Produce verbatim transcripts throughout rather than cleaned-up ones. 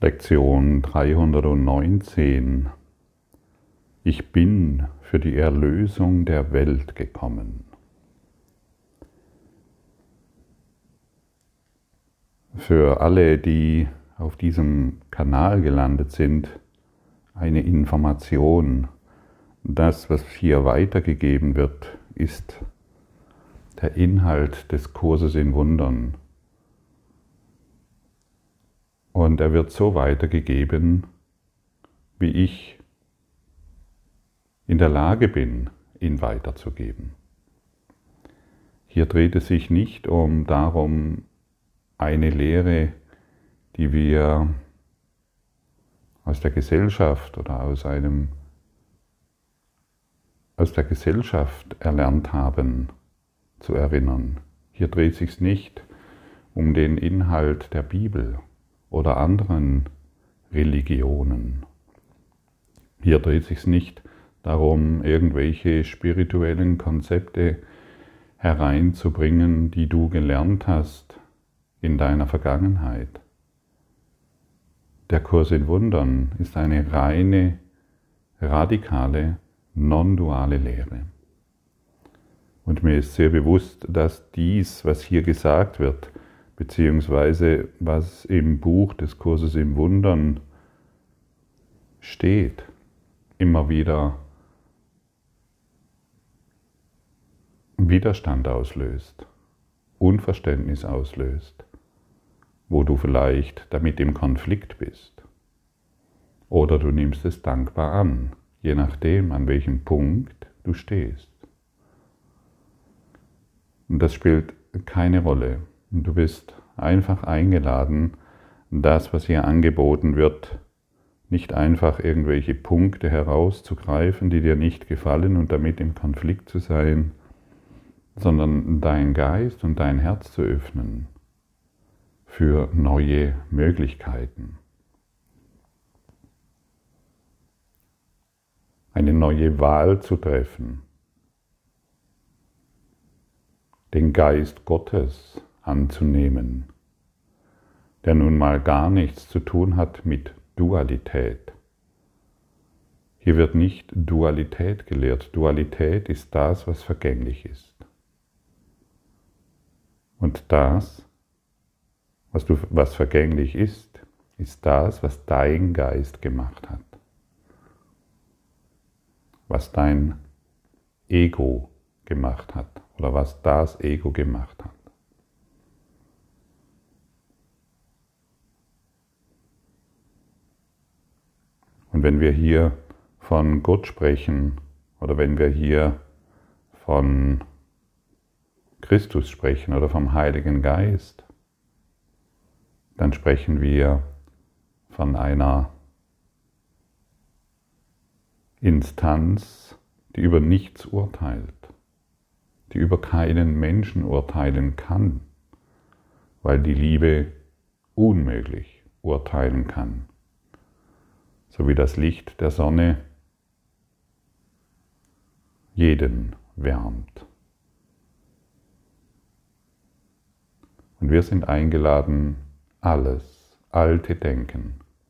Lektion dreihundertneunzehn. Ich bin für die Erlösung der Welt gekommen. Für alle, die auf diesem Kanal gelandet sind, eine Information. Das, was hier weitergegeben wird, ist der Inhalt des Kurses in Wundern. Und er wird so weitergegeben, wie ich in der Lage bin, ihn weiterzugeben. Hier dreht es sich nicht um darum, eine Lehre, die wir aus der Gesellschaft oder aus einem aus der Gesellschaft erlernt haben, zu erinnern. Hier dreht es sich nicht um den Inhalt der Bibel oder anderen Religionen. Hier dreht es sich nicht darum, irgendwelche spirituellen Konzepte hereinzubringen, die du gelernt hast in deiner Vergangenheit. Der Kurs in Wundern ist eine reine, radikale, non-duale Lehre. Und mir ist sehr bewusst, dass dies, was hier gesagt wird, beziehungsweise was im Buch des Kurses im Wundern steht, immer wieder Widerstand auslöst, Unverständnis auslöst, wo du vielleicht damit im Konflikt bist. Oder du nimmst es dankbar an, je nachdem, an welchem Punkt du stehst. Und das spielt keine Rolle. Und du bist einfach eingeladen, das, was hier angeboten wird, nicht einfach irgendwelche Punkte herauszugreifen, die dir nicht gefallen und damit im Konflikt zu sein, sondern deinen Geist und dein Herz zu öffnen für neue Möglichkeiten. Eine neue Wahl zu treffen, den Geist Gottes anzunehmen, der nun mal gar nichts zu tun hat mit Dualität. Hier wird nicht Dualität gelehrt. Dualität ist das, was vergänglich ist. Und das, was, du, was vergänglich ist, ist das, was dein Geist gemacht hat. Was dein Ego gemacht hat oder was das Ego gemacht hat. Und wenn wir hier von Gott sprechen oder wenn wir hier von Christus sprechen oder vom Heiligen Geist, dann sprechen wir von einer Instanz, die über nichts urteilt, die über keinen Menschen urteilen kann, weil die Liebe unmöglich urteilen kann, so wie das Licht der Sonne jeden wärmt. Und wir sind eingeladen, alles alte Denken,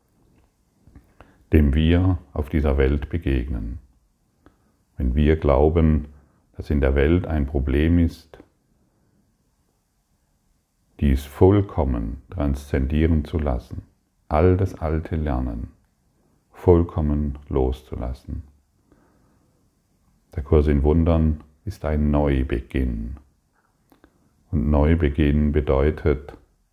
dem wir auf dieser Welt begegnen. Wenn wir glauben, dass in der Welt ein Problem ist, dies vollkommen transzendieren zu lassen, all das alte Lernen vollkommen loszulassen. Der Kurs in Wundern ist ein Neubeginn. Und Neubeginn bedeutet,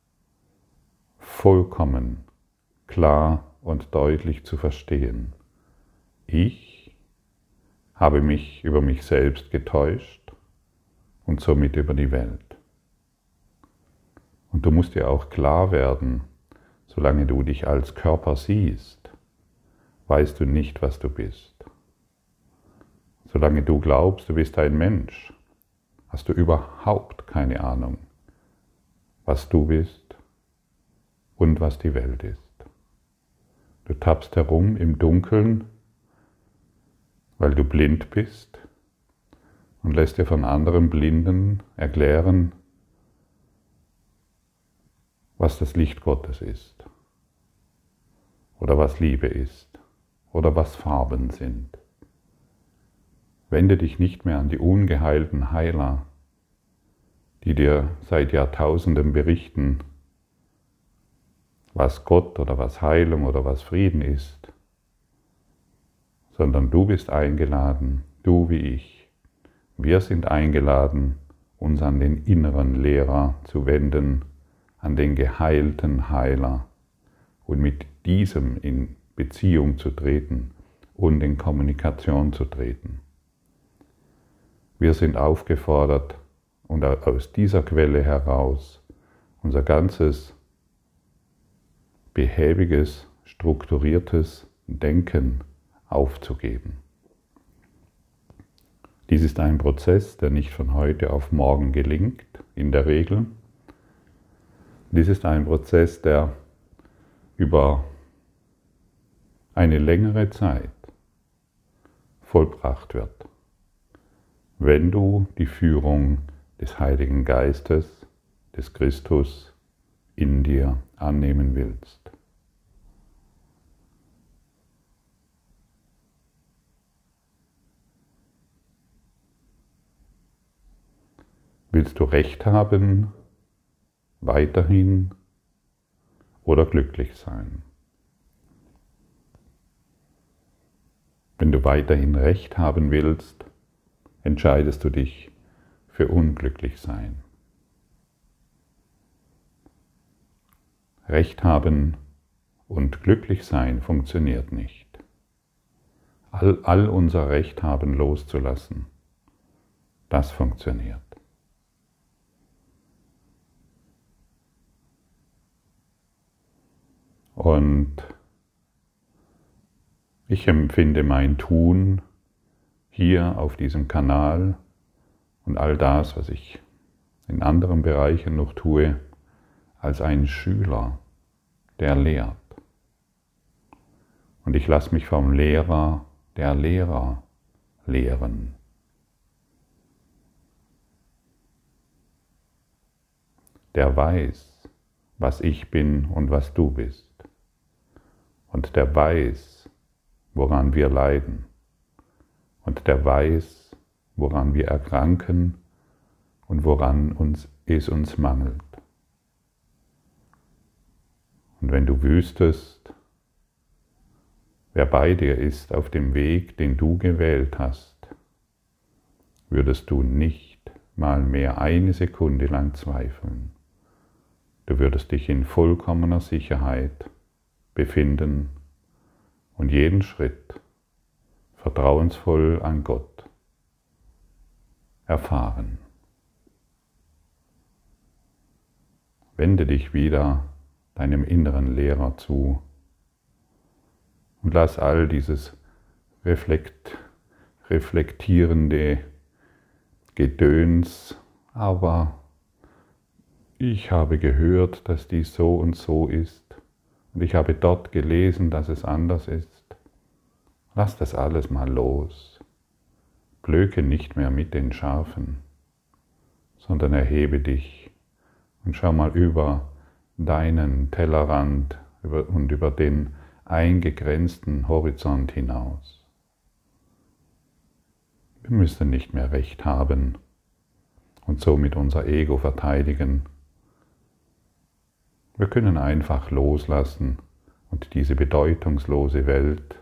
vollkommen klar und deutlich zu verstehen. Ich habe mich über mich selbst getäuscht und somit über die Welt. Und du musst dir auch klar werden, solange du dich als Körper siehst, weißt du nicht, was du bist. Solange du glaubst, du bist ein Mensch, hast du überhaupt keine Ahnung, was du bist und was die Welt ist. Du tappst herum im Dunkeln, weil du blind bist und lässt dir von anderen Blinden erklären, was das Licht Gottes ist. oder was Liebe ist oder was Farben sind. Wende dich nicht mehr an die ungeheilten Heiler, die dir seit Jahrtausenden berichten, was Gott oder was Heilung oder was Frieden ist, sondern du bist eingeladen, du wie ich. Wir sind eingeladen, uns an den inneren Lehrer zu wenden, an den geheilten Heiler und mit diesem in Beziehung zu treten und in Kommunikation zu treten. Wir sind aufgefordert, und aus dieser Quelle heraus unser ganzes behäbiges, strukturiertes Denken aufzugeben. Dies ist ein Prozess, der nicht von heute auf morgen gelingt, in der Regel. Dies ist ein Prozess, der über eine längere Zeit vollbracht wird, wenn du die Führung des Heiligen Geistes, des Christus in dir annehmen willst. Willst du Recht haben, weiterhin oder glücklich sein? Wenn du weiterhin Recht haben willst, entscheidest du dich für unglücklich sein. Recht haben und glücklich sein funktioniert nicht. All, all unser Recht haben loszulassen, das funktioniert. Und ich empfinde mein Tun hier auf diesem Kanal und all das, was ich in anderen Bereichen noch tue, als ein Schüler, der lehrt. Und ich lasse mich vom Lehrer, der Lehrer, lehren. Der weiß, was ich bin und was du bist. Und der weiß, woran wir leiden. Und der weiß, woran wir erkranken und woran uns, es uns mangelt. Und wenn du wüsstest, wer bei dir ist auf dem Weg, den du gewählt hast, würdest du nicht mal mehr eine Sekunde lang zweifeln. Du würdest dich in vollkommener Sicherheit befinden und jeden Schritt vertrauensvoll an Gott erfahren. Wende dich wieder deinem inneren Lehrer zu und lass all dieses reflekt, reflektierende Gedöns, aber ich habe gehört, dass dies so und so ist und ich habe dort gelesen, dass es anders ist. Lass das alles mal los. Blöke nicht mehr mit den Schafen, sondern erhebe dich und schau mal über deinen Tellerrand und über den eingegrenzten Horizont hinaus. Wir müssen nicht mehr Recht haben und somit unser Ego verteidigen. Wir können einfach loslassen und diese bedeutungslose Welt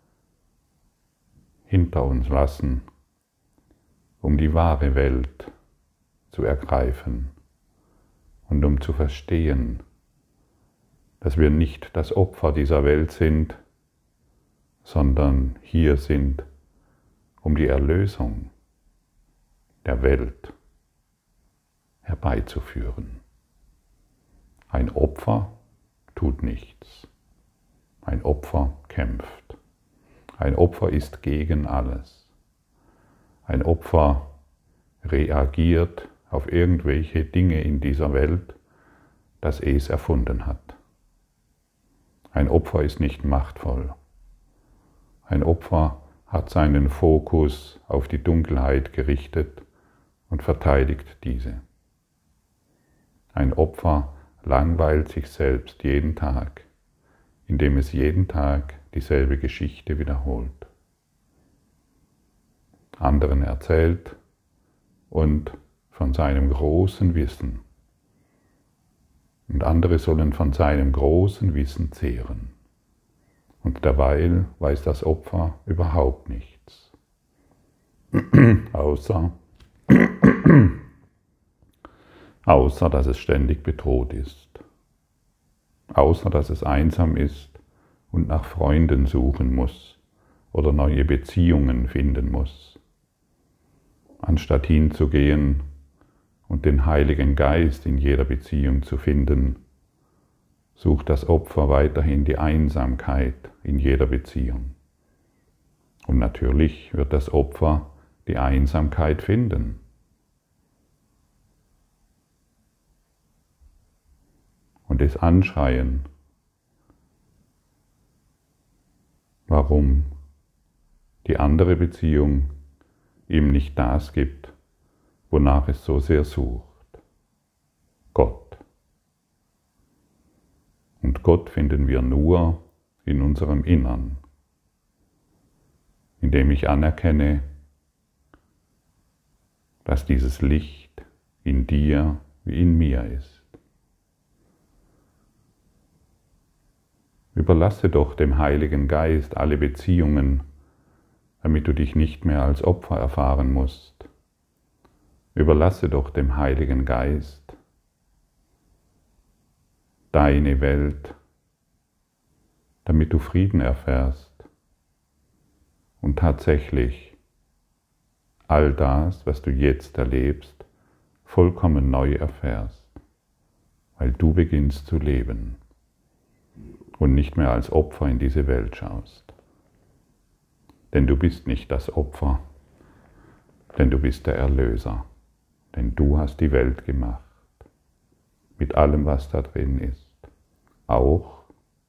hinter uns lassen, um die wahre Welt zu ergreifen und um zu verstehen, dass wir nicht das Opfer dieser Welt sind, sondern hier sind, um die Erlösung der Welt herbeizuführen. Ein Opfer tut nichts. Ein Opfer kämpft. Ein Opfer ist gegen alles. Ein Opfer reagiert auf irgendwelche Dinge in dieser Welt, das es erfunden hat. Ein Opfer ist nicht machtvoll. Ein Opfer hat seinen Fokus auf die Dunkelheit gerichtet und verteidigt diese. Ein Opfer langweilt sich selbst jeden Tag, indem es jeden Tag dieselbe Geschichte wiederholt, anderen erzählt und von seinem großen Wissen. Und andere sollen von seinem großen Wissen zehren. Und derweil weiß das Opfer überhaupt nichts, außer, außer dass es ständig bedroht ist, außer dass es einsam ist und nach Freunden suchen muss oder neue Beziehungen finden muss, anstatt hinzugehen und den Heiligen Geist in jeder Beziehung zu finden, sucht das Opfer weiterhin die Einsamkeit in jeder Beziehung. Und natürlich wird das Opfer die Einsamkeit finden. Und es anschreien, warum die andere Beziehung ihm nicht das gibt, wonach es so sehr sucht. Gott. Und Gott finden wir nur in unserem Innern, indem ich anerkenne, dass dieses Licht in dir wie in mir ist. Überlasse doch dem Heiligen Geist alle Beziehungen, damit du dich nicht mehr als Opfer erfahren musst. Überlasse doch dem Heiligen Geist deine Welt, damit du Frieden erfährst und tatsächlich all das, was du jetzt erlebst, vollkommen neu erfährst, weil du beginnst zu leben und nicht mehr als Opfer in diese Welt schaust. Denn du bist nicht das Opfer, denn du bist der Erlöser, denn du hast die Welt gemacht, mit allem, was da drin ist, auch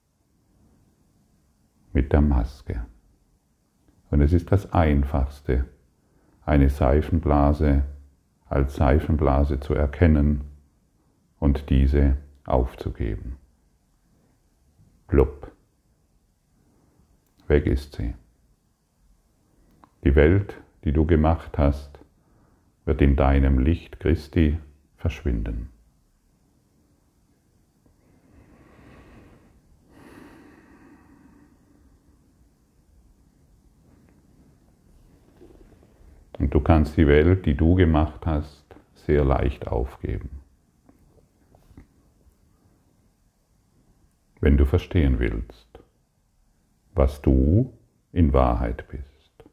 mit der Maske. Und es ist das Einfachste, eine Seifenblase als Seifenblase zu erkennen und diese aufzugeben. Plupp. Weg ist sie. Die Welt, die du gemacht hast, wird in deinem Licht Christi verschwinden. Und du kannst die Welt, die du gemacht hast, sehr leicht aufgeben. Wenn du verstehen willst, was du in Wahrheit bist.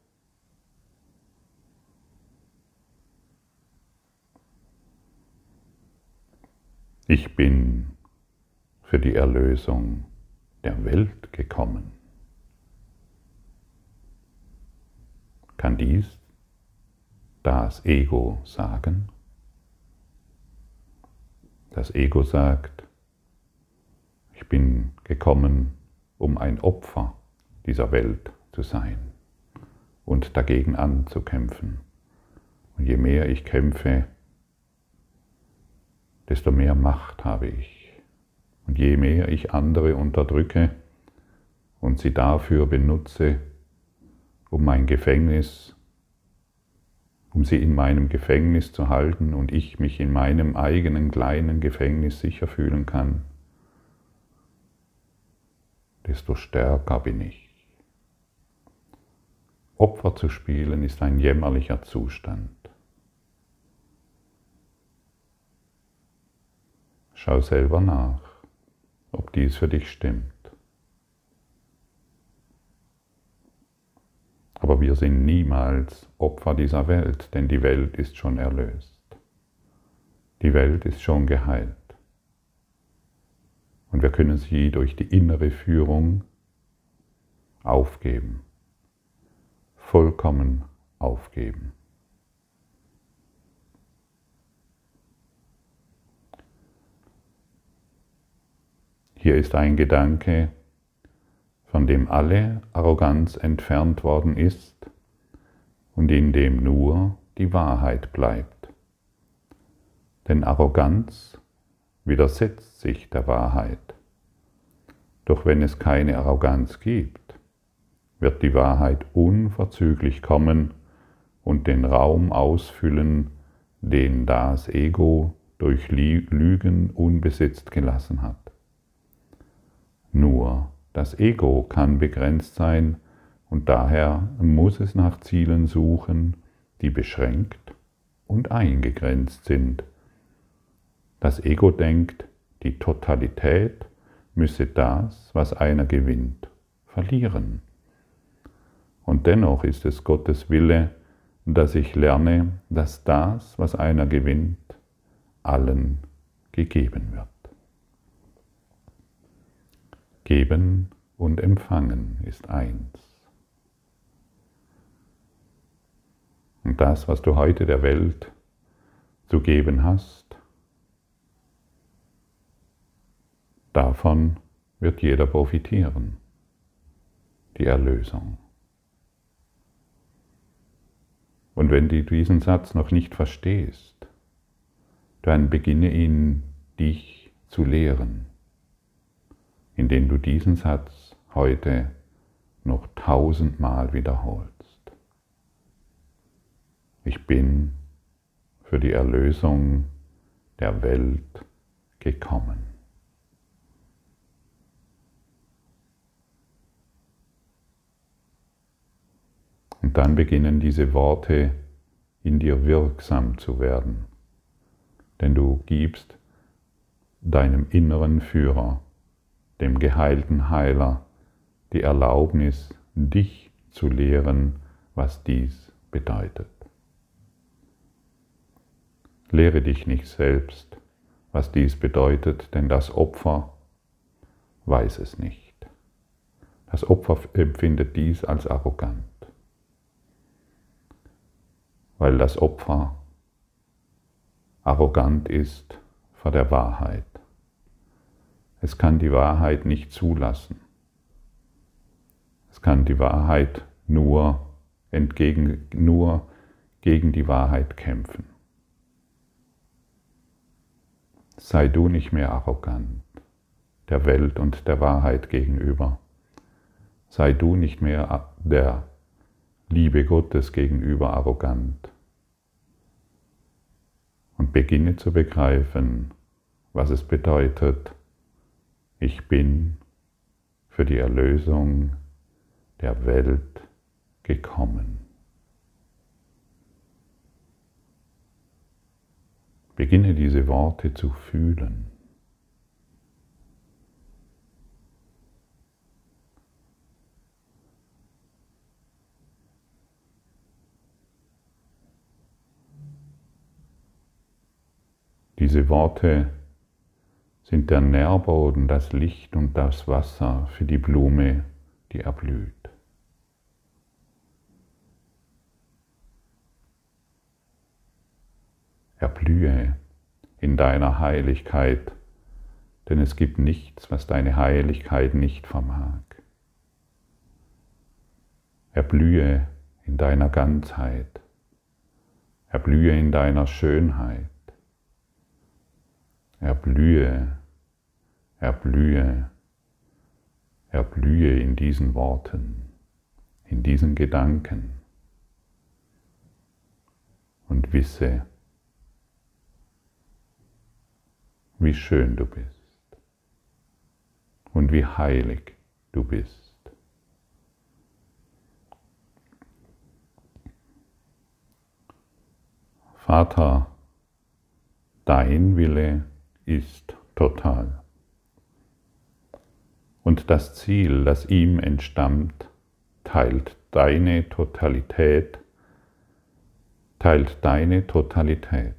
Ich bin für die Erlösung der Welt gekommen. Kann dies das Ego sagen? Das Ego sagt, ich bin gekommen, um ein Opfer dieser Welt zu sein und dagegen anzukämpfen. Und je mehr ich kämpfe, desto mehr Macht habe ich. Und je mehr ich andere unterdrücke und sie dafür benutze, um mein Gefängnis, um sie in meinem Gefängnis zu halten und ich mich in meinem eigenen kleinen Gefängnis sicher fühlen kann, desto stärker bin ich. Opfer zu spielen ist ein jämmerlicher Zustand. Schau selber nach, ob dies für dich stimmt. Aber wir sind niemals Opfer dieser Welt, denn die Welt ist schon erlöst. Die Welt ist schon geheilt. Und wir können sie durch die innere Führung aufgeben. Vollkommen aufgeben. Hier ist ein Gedanke, von dem alle Arroganz entfernt worden ist und in dem nur die Wahrheit bleibt. Denn Arroganz widersetzt sich der Wahrheit. Doch wenn es keine Arroganz gibt, wird die Wahrheit unverzüglich kommen und den Raum ausfüllen, den das Ego durch Lügen unbesetzt gelassen hat. Nur das Ego kann begrenzt sein und daher muss es nach Zielen suchen, die beschränkt und eingegrenzt sind. Das Ego denkt, die Totalität müsse das, was einer gewinnt, verlieren. Und dennoch ist es Gottes Wille, dass ich lerne, dass das, was einer gewinnt, allen gegeben wird. Geben und Empfangen ist eins. Und das, was du heute der Welt zu geben hast, davon wird jeder profitieren. Die Erlösung. Und wenn du diesen Satz noch nicht verstehst, dann beginne ihn dich zu lehren, indem du diesen Satz heute noch tausendmal wiederholst. Ich bin für die Erlösung der Welt gekommen. Und dann beginnen diese Worte in dir wirksam zu werden, denn du gibst deinem inneren Führer, dem geheilten Heiler, die Erlaubnis, dich zu lehren, was dies bedeutet. Lehre dich nicht selbst, was dies bedeutet, denn das Opfer weiß es nicht. Das Opfer empfindet dies als arrogant, weil das Opfer arrogant ist vor der Wahrheit. Es kann die Wahrheit nicht zulassen. Es kann die Wahrheit nur, entgegen, nur gegen die Wahrheit kämpfen. Sei du nicht mehr arrogant der Welt und der Wahrheit gegenüber. Sei du nicht mehr der Liebe Gottes gegenüber arrogant. Und beginne zu begreifen, was es bedeutet, ich bin für die Erlösung der Welt gekommen. Beginne diese Worte zu fühlen. Diese Worte sind der Nährboden, das Licht und das Wasser für die Blume, die erblüht. Erblühe in deiner Heiligkeit, denn es gibt nichts, was deine Heiligkeit nicht vermag. Erblühe in deiner Ganzheit, erblühe in deiner Schönheit, erblühe, erblühe, erblühe in diesen Worten, in diesen Gedanken und wisse, wie schön du bist und wie heilig du bist. Vater, dein Wille ist total. Und das Ziel, das ihm entstammt, teilt deine Totalität, teilt deine Totalität.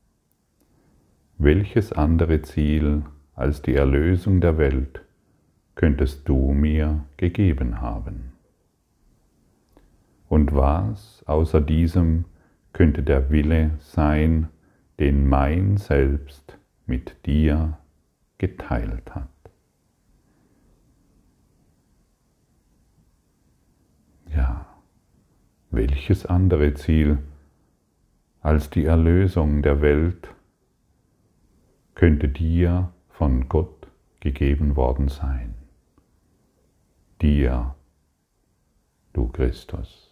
Welches andere Ziel als die Erlösung der Welt könntest du mir gegeben haben? Und was außer diesem könnte der Wille sein, den mein Selbst mit dir geteilt hat? Ja, welches andere Ziel als die Erlösung der Welt könnte dir von Gott gegeben worden sein? dir, du Christus.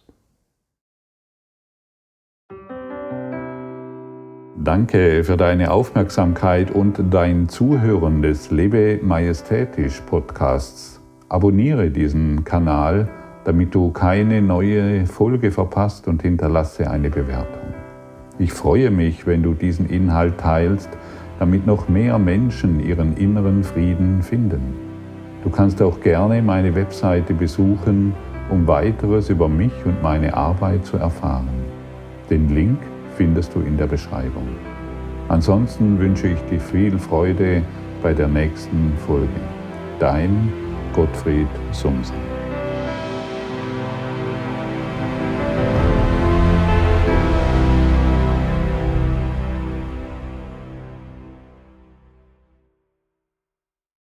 Danke für deine Aufmerksamkeit und dein Zuhören des Lebe Majestätisch Podcasts. Abonniere diesen Kanal, damit du keine neue Folge verpasst, und hinterlasse eine Bewertung. Ich freue mich, wenn du diesen Inhalt teilst, damit noch mehr Menschen ihren inneren Frieden finden. Du kannst auch gerne meine Webseite besuchen, um weiteres über mich und meine Arbeit zu erfahren. Den Link findest du in der Beschreibung. Ansonsten wünsche ich dir viel Freude bei der nächsten Folge. Dein Gottfried Sumsen.